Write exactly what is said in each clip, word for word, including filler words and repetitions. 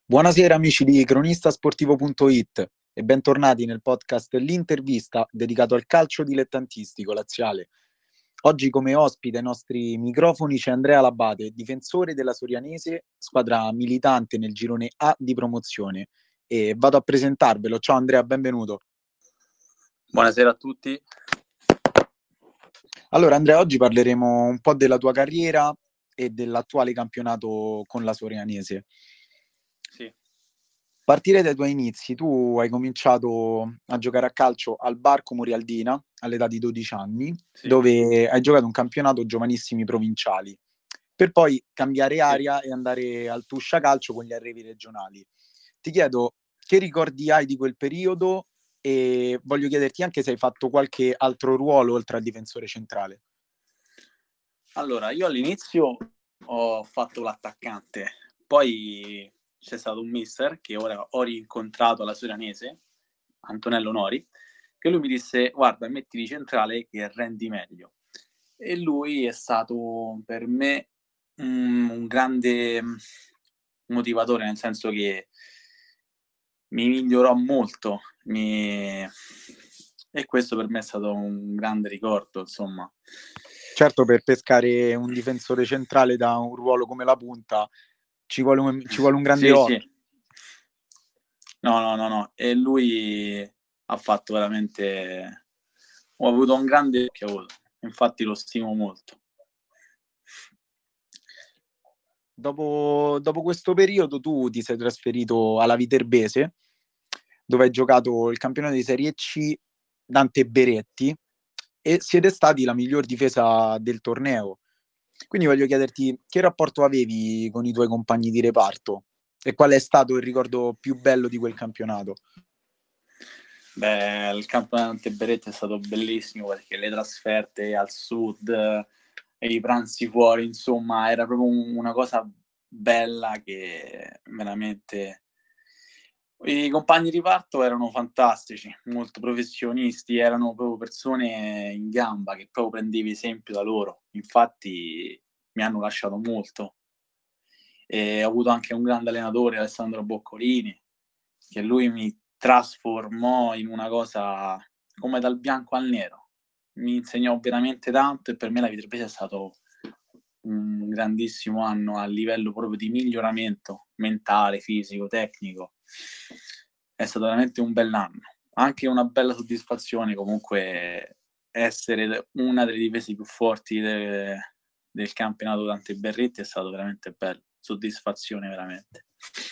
Buonasera amici di cronistasportivo punto it e bentornati nel podcast L'intervista dedicato al calcio dilettantistico laziale. Oggi come ospite ai nostri microfoni c'è Andrea Labate, difensore della Sorianese, squadra militante nel girone A di promozione. E vado a presentarvelo. Ciao Andrea, benvenuto. Buonasera a tutti. Allora Andrea, oggi parleremo un po' della tua carriera e dell'attuale campionato con la Sorianese. Sì. Partire dai tuoi inizi, tu hai cominciato a giocare a calcio al Barco Murialdina all'età di dodici anni, Sì. dove hai giocato un campionato giovanissimi provinciali, per poi cambiare Sì. aria e andare al Tuscia Calcio con gli arrivi regionali. Ti chiedo che ricordi hai di quel periodo e voglio chiederti anche se hai fatto qualche altro ruolo oltre al difensore centrale. Allora, io all'inizio ho fatto l'attaccante, poi c'è stato un mister che ora ho rincontrato alla Sorianese, Antonello Nori, che lui mi disse: guarda, metti di centrale che rendi meglio. E lui è stato per me un, un grande motivatore, nel senso che mi migliorò molto mi... e questo per me è stato un grande ricordo, insomma. Certo, per pescare un difensore centrale da un ruolo come la punta ci vuole un, ci vuole un grande Sì, occhio. sì. No, no, no, no. E lui ha fatto veramente... Ho avuto un grande occhio, infatti lo stimo molto. Dopo, dopo questo periodo tu ti sei trasferito alla Viterbese, dove hai giocato il campionato di Serie C Dante Beretti e siete stati la miglior difesa del torneo. Quindi voglio chiederti che rapporto avevi con i tuoi compagni di reparto e qual è stato il ricordo più bello di quel campionato? Beh, il campionato Dante Beretti è stato bellissimo perché le trasferte al sud e i pranzi fuori, insomma, era proprio una cosa bella che veramente... I compagni di reparto erano fantastici, molto professionisti, erano proprio persone in gamba che proprio prendevi esempio da loro. Infatti mi hanno lasciato molto. E ho avuto anche un grande allenatore, Alessandro Boccolini, che lui mi trasformò in una cosa come dal bianco al nero. Mi insegnò veramente tanto e per me la Viterbese è stato un grandissimo anno a livello proprio di miglioramento mentale, fisico, tecnico. È stato veramente un bell'anno, anche una bella soddisfazione comunque essere una delle difese più forti de- del campionato Dante Berretti. È stato veramente bello, soddisfazione veramente.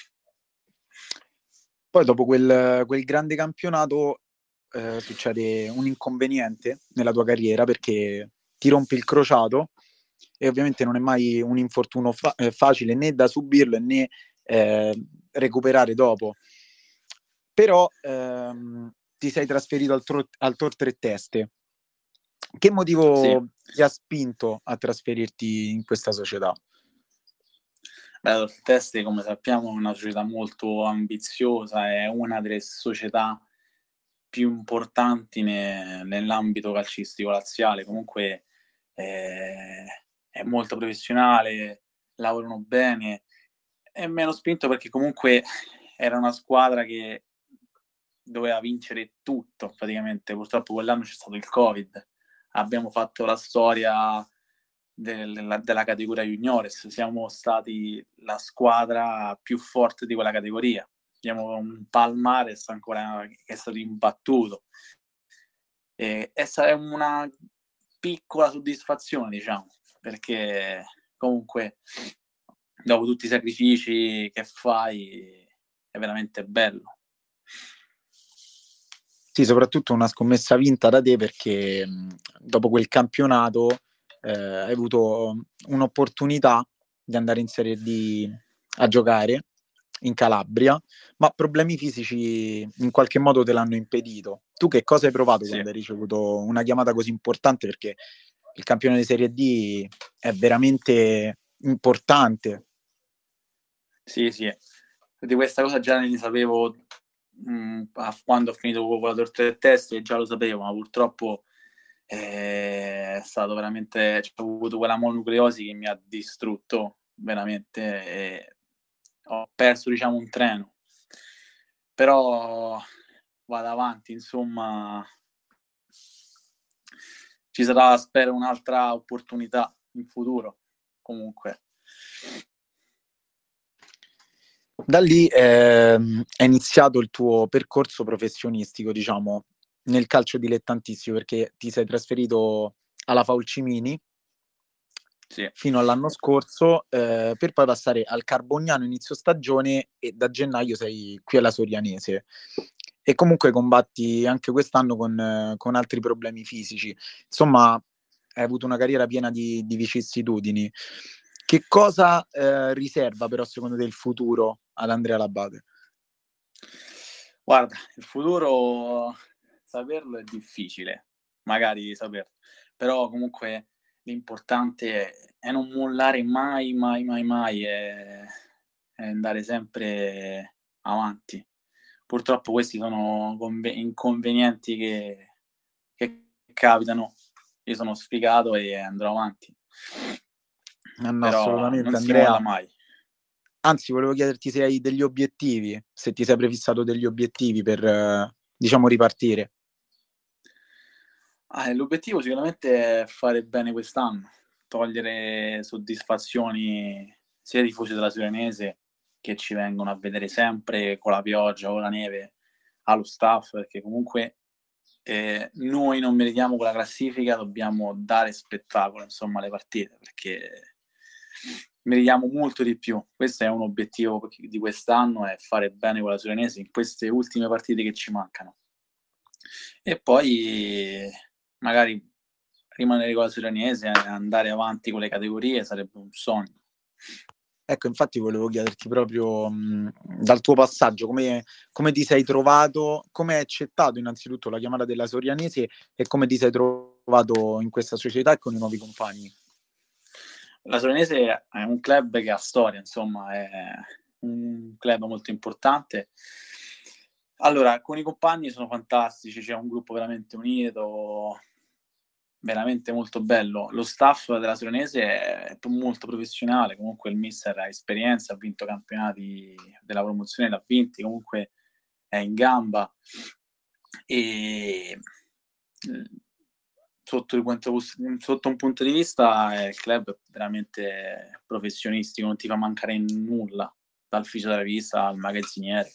Poi dopo quel, quel grande campionato eh, succede un inconveniente nella tua carriera perché ti rompi il crociato e ovviamente non è mai un infortunio fa- eh, facile né da subirlo né eh, recuperare dopo. Però ehm, ti sei trasferito al, tro- al Tor Tre Teste. Che Sì. motivo ti ha spinto a trasferirti in questa società? Beh, il Teste, come sappiamo, è una società molto ambiziosa, è una delle società più importanti ne- nell'ambito calcistico laziale. Comunque eh, è molto professionale, lavorano bene. E mi hanno spinto perché comunque era una squadra che doveva vincere tutto praticamente. Purtroppo quell'anno c'è stato il Covid. Abbiamo fatto la storia del, della categoria juniores, siamo stati la squadra più forte di quella categoria. Abbiamo un palmares ancora che è stato imbattuto. E essa è una piccola soddisfazione, diciamo, perché comunque dopo tutti i sacrifici che fai è veramente bello. Sì, soprattutto una scommessa vinta da te perché mh, dopo quel campionato eh, hai avuto un'opportunità di andare in Serie D a giocare in Calabria, ma problemi fisici in qualche modo te l'hanno impedito. Tu che cosa hai provato Sì. quando hai ricevuto una chiamata così importante? Perché il campione di Serie D è veramente importante. Sì, sì, di questa cosa già ne sapevo mh, quando ho finito con la torta del test, e già lo sapevo, ma purtroppo eh, è stato veramente, cioè, ho avuto quella mononucleosi che mi ha distrutto veramente. E ho perso, diciamo, un treno, però vado avanti, insomma, ci sarà, spero, un'altra opportunità in futuro, comunque. Da lì ehm, è iniziato il tuo percorso professionistico, diciamo, nel calcio dilettantistico, perché ti sei trasferito alla Faulcimini Sì. fino all'anno scorso, eh, per poi passare al Carbognano inizio stagione e da gennaio sei qui alla Sorianese. E comunque combatti anche quest'anno con, eh, con altri problemi fisici. Insomma, hai avuto una carriera piena di, di vicissitudini. Che cosa eh, riserva però secondo te il futuro ad Andrea Labate? Guarda, il futuro saperlo è difficile, magari saperlo, però comunque l'importante è non mollare mai, mai, mai, mai e, e andare sempre avanti. Purtroppo questi sono conve- inconvenienti che, che capitano. Io sono sfigato e andrò avanti, Ah, no, però assolutamente non si molla Andrea. mai. Anzi, volevo chiederti se hai degli obiettivi, se ti sei prefissato degli obiettivi per, eh, diciamo, ripartire. Ah, l'obiettivo sicuramente è fare bene quest'anno, togliere soddisfazioni sia ai tifosi della Sudanese che ci vengono a vedere sempre con la pioggia o la neve, allo staff, perché comunque eh, noi non meritiamo quella classifica, dobbiamo dare spettacolo, insomma, alle partite, perché meritiamo molto di più. Questo è un obiettivo di quest'anno, è fare bene con la Sudanese in queste ultime partite che ci mancano. E poi magari rimanere con la Sudanese e andare avanti con le categorie sarebbe un sogno. Ecco, infatti volevo chiederti proprio mh, dal tuo passaggio come, come ti sei trovato, come hai accettato innanzitutto la chiamata della Sorianese e come ti sei trovato in questa società e con i nuovi compagni. La Sudanese è un club che ha storia, insomma, è un club molto importante. Allora, con i compagni sono fantastici, c'è un gruppo veramente unito, veramente molto bello. Lo staff della Sudanese è molto professionale, comunque il mister ha esperienza, ha vinto campionati della promozione, l'ha vinti, comunque è in gamba e sotto, il punto, sotto un punto di vista il club è veramente professionistico, non ti fa mancare nulla, dal fisioterapista al magazziniere.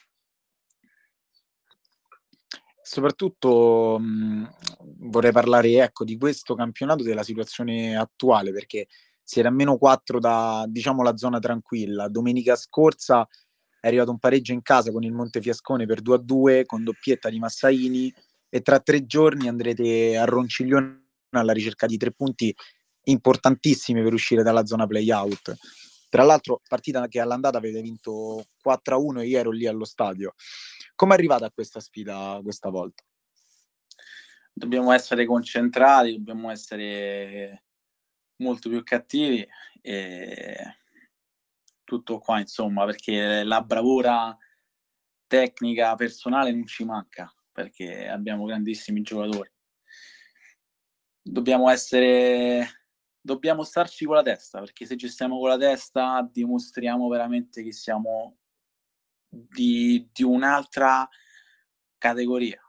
Soprattutto mh, vorrei parlare ecco, di questo campionato, della situazione attuale, perché siete a meno quattro da diciamo la zona tranquilla. Domenica scorsa è arrivato un pareggio in casa con il Montefiascone per due a due con doppietta di Massaini e tra tre giorni andrete a Ronciglione alla ricerca di tre punti importantissimi per uscire dalla zona play-out. Tra l'altro, partita che all'andata avete vinto quattro a uno e io ero lì allo stadio. Come è arrivata a questa sfida questa volta? Dobbiamo essere concentrati, dobbiamo essere molto più cattivi e tutto qua, insomma, perché la bravura tecnica personale non ci manca, perché abbiamo grandissimi giocatori. Dobbiamo essere dobbiamo starci con la testa, perché se ci stiamo con la testa dimostriamo veramente che siamo di, di un'altra categoria.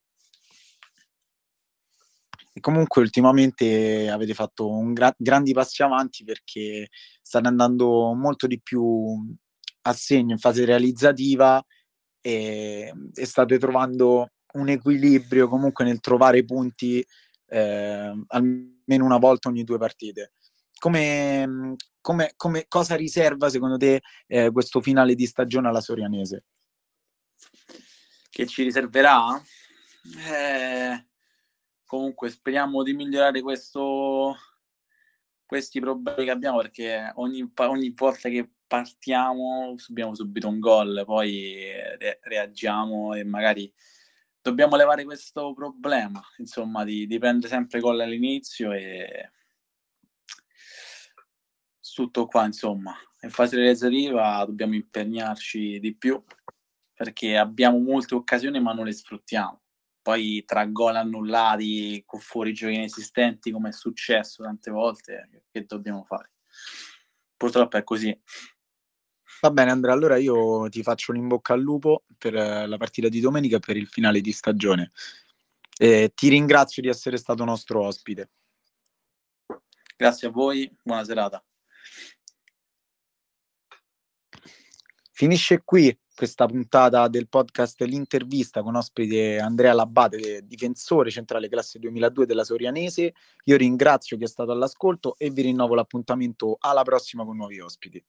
E comunque ultimamente avete fatto un gra- grandi passi avanti perché state andando molto di più a segno in fase realizzativa e, e state trovando un equilibrio comunque nel trovare punti eh, almeno una volta ogni due partite. Come, come, come cosa riserva secondo te eh, questo finale di stagione alla Sorianese? Che ci riserverà? Eh, comunque speriamo di migliorare questo, questi problemi che abbiamo, perché ogni, ogni volta che partiamo subiamo subito un gol, poi re- reagiamo e magari dobbiamo levare questo problema, insomma, di, di prendere sempre gol all'inizio e tutto qua, insomma. In fase realizzativa dobbiamo impegnarci di più perché abbiamo molte occasioni ma non le sfruttiamo. Poi tra gol annullati con fuorigiochi inesistenti, come è successo tante volte, che dobbiamo fare? Purtroppo è così. Va bene Andrea, allora io ti faccio un in bocca al lupo per eh, la partita di domenica e per il finale di stagione. E ti ringrazio di essere stato nostro ospite. Grazie a voi, buona serata. Finisce qui questa puntata del podcast L'intervista con ospite Andrea Labate, difensore centrale classe duemiladue della Sorianese. Io ringrazio chi è stato all'ascolto e vi rinnovo l'appuntamento alla prossima con nuovi ospiti.